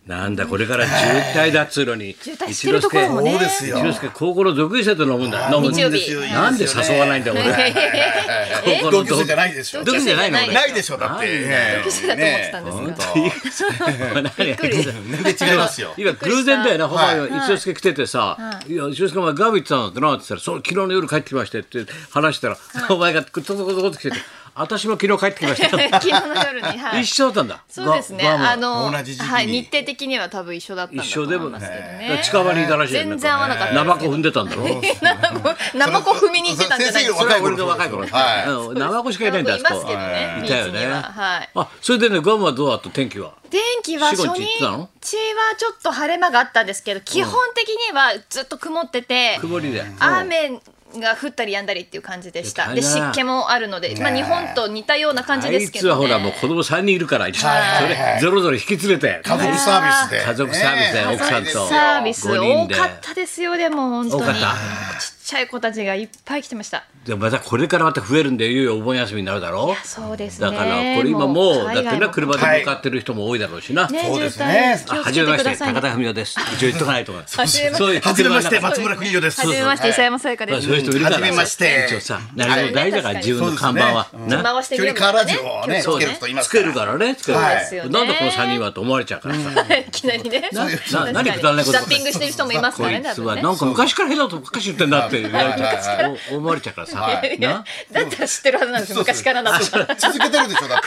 なんだこれから渋滞だっつうのに渋滞してるところもね。 そうですよ。 一之輔高校の同級生と飲むんだ。飲むんだ日曜日なんで誘わないんだよ俺。高校の同級生じゃないでしょ。 同級生じゃないの俺。 ないでしょだって。 同級生だと思ってたんですが。 びっくり。 全然違いますよ。 今偶然だよな、ほんまに一之輔来ててさ、いや、一之輔お前ガービ行ってたんだってなって言ったら、昨日の夜帰ってきましてって話したら、お前がトコトコトコって来てて、私も昨日帰ってきましたよ。 昨日の夜に、はい。 一緒だったんだ。 そうですね。 ガーム同じ時期にはい、日程的には多分一緒だったんだと思いますけどね。 近場にいたらしいよね。 全然合わなかった。 ナマコ踏んでたんだろ。 ナマコ踏みに行ってたんじゃないですか。 それは俺の若い頃。 はナマコしかいないんだ。 いますけどね。 いたよね。 はい。 あ、それでね、ガムはどうだった天気は。 天気は初 4、5 日日行ってたのはちょっと晴れ間があったんですけど、基本的にはずっと曇ってて、 曇りで。 雨が降ったりやんだりっていう感じでした。で、 いや湿気もあるので、まあ日本と似たような感じあいですけどね。 つはほらもう子供3人いるから、それぞれ引き連れて。 家族サービスで。 家族サービスで奥さんと。 サービス 5人で多かったですよ。でも本当に多かったちっちゃい子たちがいっぱい来てました。 でもまたこれからまた増えるんでいよいよお盆休みになるだろう。 そうですね。 だからこれ今もうだってね車でね、 向かってる人も多いだろうしな。 そうですね。 はじめまして高田文夫です。一応言っとかないと思います。 はじめまして松村邦洋です。 はじめまして磯山さやかです。 そういう人いるから。 はじめまして一応さ、何でも大事だから自分の看板はな。 回して距離カーラジオをねつける人いますから。 つけるからね。つける。なんでこの3人はと思われちゃうからさ。 いきなりね。 何くだらないこと。 ザッピングしてる人もいますからね。 こいつはなんか昔から変だとばっかし言ってんだって思われちゃうからさ。 だったら知ってるはずなんですよ。昔からだったら。 続けてるでしょだって。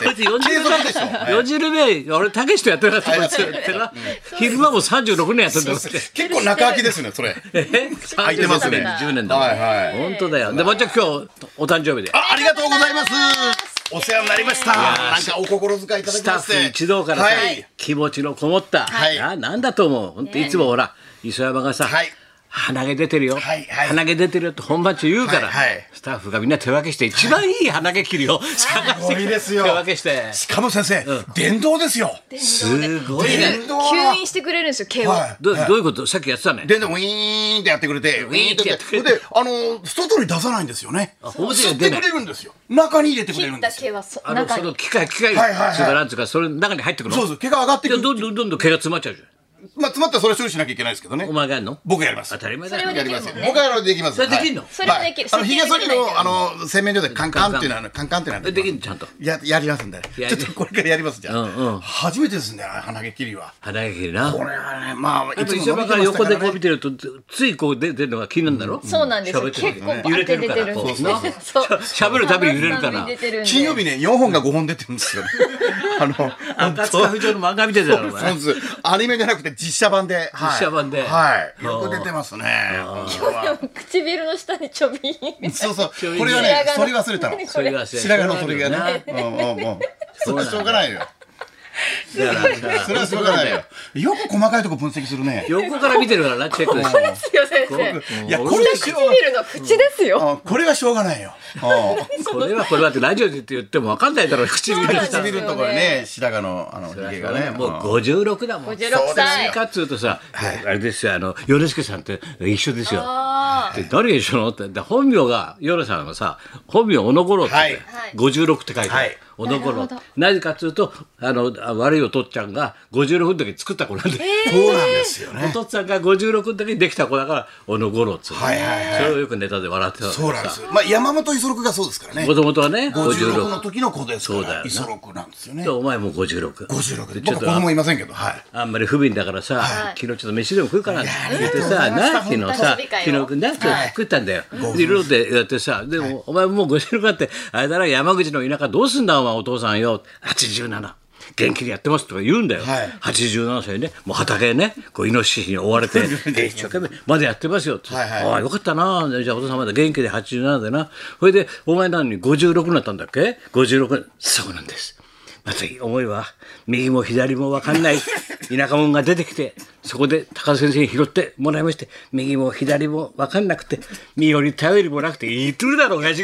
4汁目俺たけしとやってなかったってな。昼間も36年やってんだって。 結構中空きですねそれ。空いてますね。 10年だもん。本当だよ。でまっちゃん今日お誕生日で。 ありがとうございます。お世話になりました。なんかお心遣いいただスタッきましてフ一同からさ気持ちのこもったなんだと思う。本当いつもほら磯山がさ鼻毛出てるよ、鼻毛出てるよって本番中言うから、スタッフがみんな手分けして一番いい鼻毛切るよ探して手分けして、 しかも先生、電動ですよ。 すごいね。 吸引してくれるんですよ毛を。 どういうこと？さっきやってたね。 電動ウィーンってやってくれて、ウィーンってやってくれて、外に出さないんですよね。吸ってくれるんですよ。中に入れてくれるんですよ。 その機械それなんつうかそれの中に入ってくるの。 そうそう毛が上がってくる。 どんどん毛が詰まっちゃうじゃん。 まあ詰まったらそれ処理しなきゃいけないですけどね。 お前がやるの？ 僕やります。 当たり前だ。 それはできるもんね。 僕はできます。 それできんの？ それはできる。 ひげ剃りの洗面所でカンカンっていうのはカンカンっていうのはできんのちゃんと。 やりますんで。ちょっとこれからやりますじゃあ。初めてですね鼻毛切りは。 鼻毛切りな。 これはねまあいつも磯山から横でこう見てるとついこう出てるのが気になるんだろ。 そうなんですよ。結構揺れてるから。喋るたびに揺れるから。 金曜日ね4本が5本出てるんですよ。 赤塚不二夫の漫画見てたよ。 そうです。アニメじゃなくて実写版で。 実写版で。 はい。よく出てますね。 唇の下にちょびん。 そうそう。これはね、それ忘れたの。 それが白髪のそれがね。それはしょうがないよ。それはしょうがないよ。よく細かいとこ分析するね。 横から見てるからなチェックです。 ですよ先生。 いやこれ唇の口ですよ。 これはしょうがないよ。 これはってラジオで言っても分かんないだろう。唇のところね白髪のひげがね。 もう56だもん。 56歳。 かっつうとさあれですよ米助さんって一緒ですよ。誰が一緒のって本名が米さんがさ本名小野五郎って56って書いてある。小野五郎。なぜかっつうと悪いお父っちゃんが56の時に作った子なんで。 そうなんですよね。 お父っつぁんが56の時にできた子だから小野五郎っつう。それをよくネタで笑ってた。 そうなんですよ。まあ山本五十六がそうですからね。 もともとはね 56の時の子ですから五十六なんですよね。 お前も56。 56で。僕子供いませんけど。 あんまり不憫だからさ昨日ちょっと飯でも食うかなって言ってさ昨日食ったんだよ。でローでやってさでもお前もう56だってあれだな山口の田舎どうすんだお前お父さんよ87。元気にやってますとか言うんだよ。87歳ねもう畑ねこうイノシシに追われて一生懸命まだやってますよって。ああよかったなじゃあお父さんまだ元気で87でな。それでお前何に56になったんだっけ56。そうなんです。また思いは右も左も分かんない田舎者が出てきてそこで高田先生に拾ってもらいまして右も左も分かんなくて身寄り頼りもなくて言いとるだろう親父が。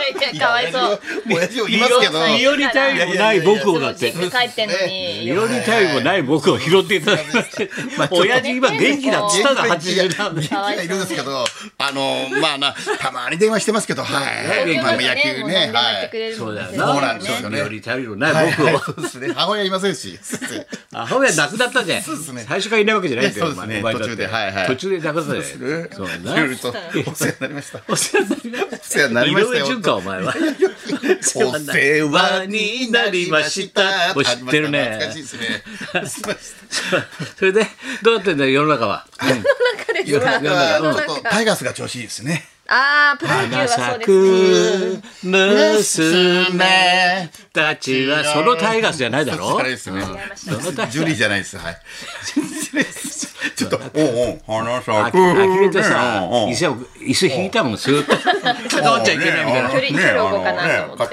かわいそう。 親父を言いますけど。 身寄りたいもない僕をだって。 帰ってんのに。 身寄りたいもない僕を拾っていただきまして。親父今元気だっつったら80なんで。 元気はいるんですけど、まあたまに電話してますけど、はい。野球ね、はい。 そうだよそうなんですよね。 身寄りたいもない僕を。 そうですね。母親いませんし。 母親亡くなったじゃん。 そうですね。 最初からいないわけじゃないんだよ。 そうですね。途中で、はいはい。 途中で亡くなったじゃん。そうだな。 いろいろとお世話になりました。 お世話になりました。 お世話になりましたよ。 井上順かお前は。 お世話になりました。 知ってるね。 懐かしいですね。 それでどうなってんだよ世の中は。 世の中はちょっとタイガースが調子いいですね。 プロ野球はそうですね。 娘たちはそのタイガースじゃないだろ。 あれですね。ジュリーじゃないです。はい。ちょっと花咲く。 呆れてさ椅子引いたもんずっと関わっちゃいけないみたいな。 距離置こうかなと思って。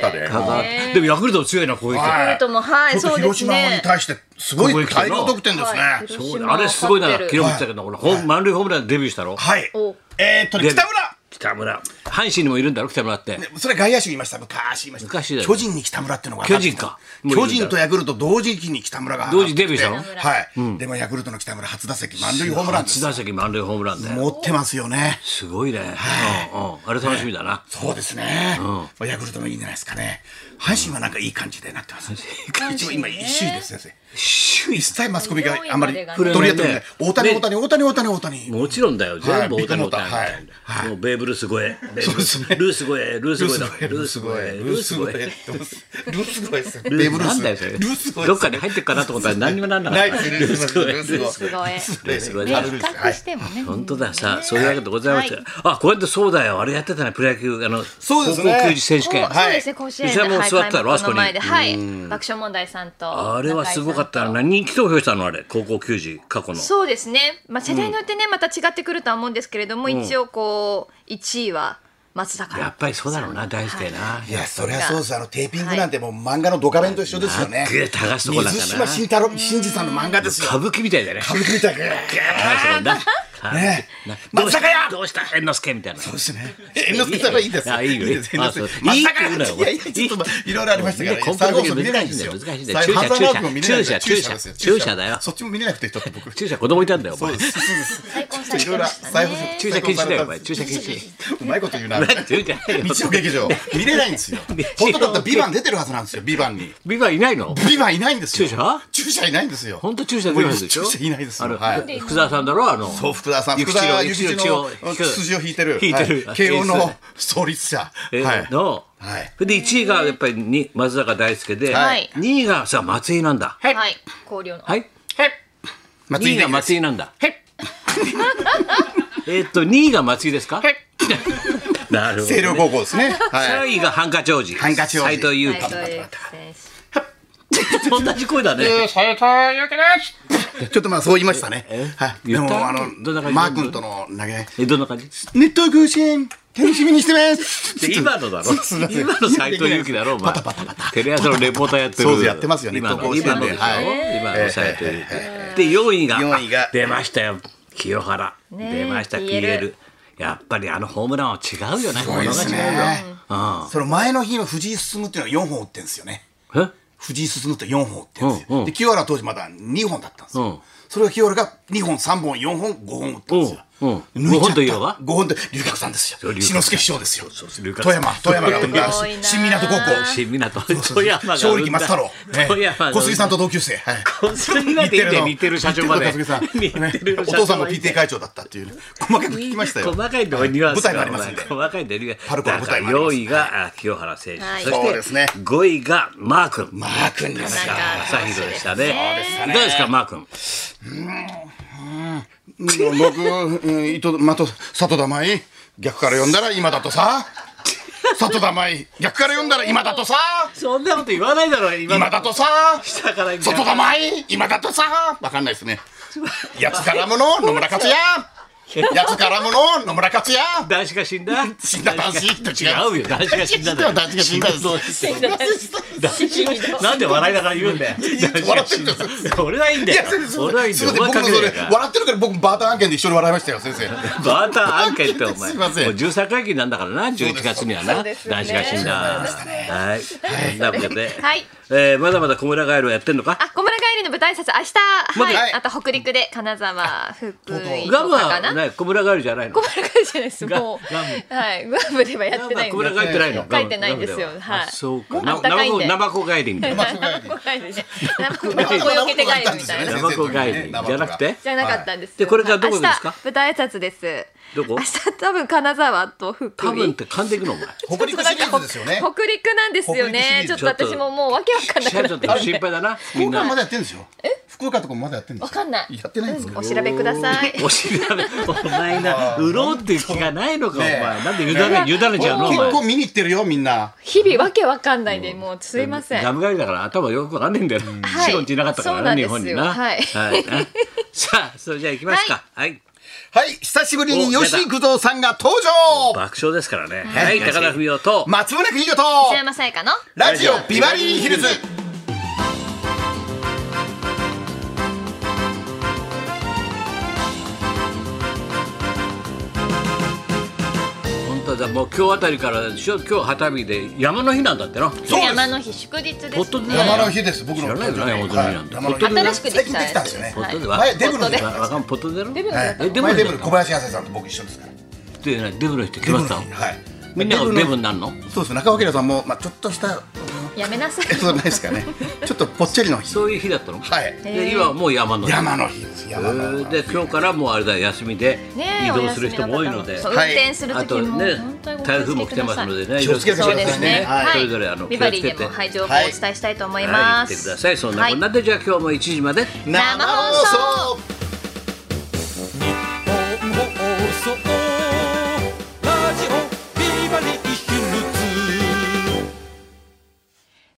でもヤクルト強いな攻撃。 ヤクルトもそうですね。 広島に対してすごい大量得点ですね。 そうあれすごいな。昨日も言ってたけど満塁ホームランデビューしたろ。 はい。北村阪神にもいるんだろ北村って。 それ外野手言いました。昔言いました。 昔だよ。 巨人に北村ってのが巨人か。 巨人とヤクルト同時期に北村が同時デビューしたの。 はい。でもヤクルトの北村初打席満塁ホームランです。 初打席満塁ホームランだよ。 持ってますよね。 すごいね。あれ楽しみだな。 そうですね。ヤクルトもいいんじゃないですかね。阪神はなんかいい感じでなってます。今首位です先生。首位一切マスコミがあんまり取り合ってない。大谷。 もちろんだよ。全部大谷。もうベーブ・ルース超え。ルース超え。ベーブ・ルース。なんだよそれ。どっかに入ってるかなと思ったら何にもなんなかった。ルース超え。 比較してもね。 本当ださ。そういうわけでございまして。こうやってそうだよ。あれやってたねプロ野球高校球児選手権。 そうですね甲子園で座ったろあそこに。 はい爆笑問題さんと。 あれはすごかったな。何人気投票したのあれ高校球児過去の。 そうですね。世代によってねまた違ってくるとは思うんですけれども一応1位は松坂。 やっぱりそうだろうな大好きやな。 いやそりゃそうです。テーピングなんてもう漫画のドカベンと一緒ですよね。 水島新司さんの漫画ですよ。 歌舞伎みたいだね。 歌舞伎みたいね。 松坂屋どうした猿之助みたいな。 そうですね。猿之助さんはいいです。 いいよ。いいって言うなよ。 いろいろありましたから。再放送見れないんですよ。 注射だよ。 そっちも見れなくてちょっと僕。 注射子供いたんだよ。お前。 いろいろ再放送。 注射禁止だよお前。注射禁止。 うまいこと言うな。日曜劇場見れないんですよ。本当だったらビバン出てるはずなんですよ。ビバンに。 ビバンいないの？ ビバンいないんですよ。 注射いないんですよ。 本当注射出るでしょ？ 注射いないですよ。 福沢さんだろそう福沢さん。福沢諭吉の筋を引いてる。慶応の創立者。 の。で1位がやっぱり松坂大輔で2位がさ松井なんだ。 はい。広陵の。 はい。2位が松井なんだ。2位が松井ですか？なるほど。 星稜高校ですね。 3位がハンカチ王子。斉藤佑樹。同じ声だね。 斉藤佑樹です。ちょっとそう言いましたね。でもマー君との投げ。 どんな感じ？ ネット更新楽しみにしてます。 今のだろ。今の斉藤佑樹だろお前。テレ朝のレポーターやってる。 そうやってますよね。 今の斉藤佑樹。で4位が出ましたよ。清原出ました。PL。やっぱりホームランは違うよね。 ものが違うよ。その前の日の藤井進っていうのは4本打ってんですよね。藤井進って4本打ってんですよ。で清原は当時まだ2本だったんですよ。それが清原が2本3本4本5本打ったんですよ。 5本といえば 5本で龍角さんですよ。志の輔師匠ですよ。富山が生んだ新港高校。 新港富山が勝力松太郎。小杉さんと同級生。 小杉まで似てる社長まで。お父さんも PTA 会長だったっていう細かく聞きましたよ。 細かいところには舞台がありますんで。 細かいところには4位が清原選手。そして5位がマー君。 マー君ですか。 朝日でしたね。いかがですかマー君。 僕佐藤田舞逆から読んだら今だとさ佐藤田舞逆から読んだら今だとさそんなこと言わないだろ今だとさ佐藤田舞今だとさわかんないですね。やつからもの野村克也やつからもの野村克也。 男子が死んだ。 死んだ男子と違う。 違うよ。男子が死んだだよ。 男子が死んだ。 なんで笑いながら言うんだよ。 笑ってるんです。 俺はいいんだよ。俺はいいんだよ。 僕もそれ笑ってるから僕バーター案件で一緒に笑いましたよ先生。 バーター案件ってお前。 すいません。 もう13回忌なんだからな。11月にはな。男子が死んだ。はい。なわけで。 はい。 まだまだ小村ガエルをやってんのか。 小村帰りの舞台挨拶明日。はい。あと北陸で金沢、福井とかかな。 小村ガエルじゃないの。 小村帰りじゃないです。もうはいグアムではやってないんで。 小村帰ってないの。 帰ってないんですよ。はい。 そうか。生子帰りみたいな。 生子帰りね。生子よけて帰るみたいな。 生子帰りじゃなくて。 じゃなかったんです。 でこれからどこですか。 舞台挨拶です。 どこ？ 明日多分金沢と福井。 多分って噛んでいくのお前。 北陸シリーズですよね。 北陸なんですよね。ちょっと私ももうわけわかんなくなって。 心配だな。 福岡まだやってるんですよ。福岡とかまだやってるんですわかんない。 やってないんですか。 お調べください。 お調べ。お前な、売ろうっていう気がないのかお前。なんで委ねちゃうのお前。 結構見に行ってるよみんな。 日々わけわかんないでもうすいません。 ガムガリだから頭よくわかんないんだよ。シロンっていなかったからね日本にな。 はい。 さあそれじゃあ行きますか。はい。 はい、久しぶりに吉幾三さんが登場。 爆笑ですからね。はい、高田文夫と松村邦洋と磯山さやかのラジオビバリーヒルズ。 本当だ、もう今日あたりから今日熱海で山の日なんだってな。 山の日祝日ですね。 山の日です。僕の知らないよね、山の日なんて。 新しくできたんですよね。 前デブの日。 ポットデル？ 前デブの小林亜生さんと僕一緒ですから。 で、デブの日って決まったの？ はい。 みんながデブになるの？ そうです。中尾明さんもちょっとしたやめなさい。 そうないですかね。ちょっとぽっちゃりの日。 そういう日だったの？ はい。 で今はもう山の日。 山の日です。山の日。 で今日からもうあれだ休みで移動する人も多いので、 運転する時もね台風も来てますのでね、 気をつけてくださいね。 それぞれビバリーでも情報をお伝えしたいと思います。 言ってください。そんなこんなでじゃあ今日も1時まで生放送。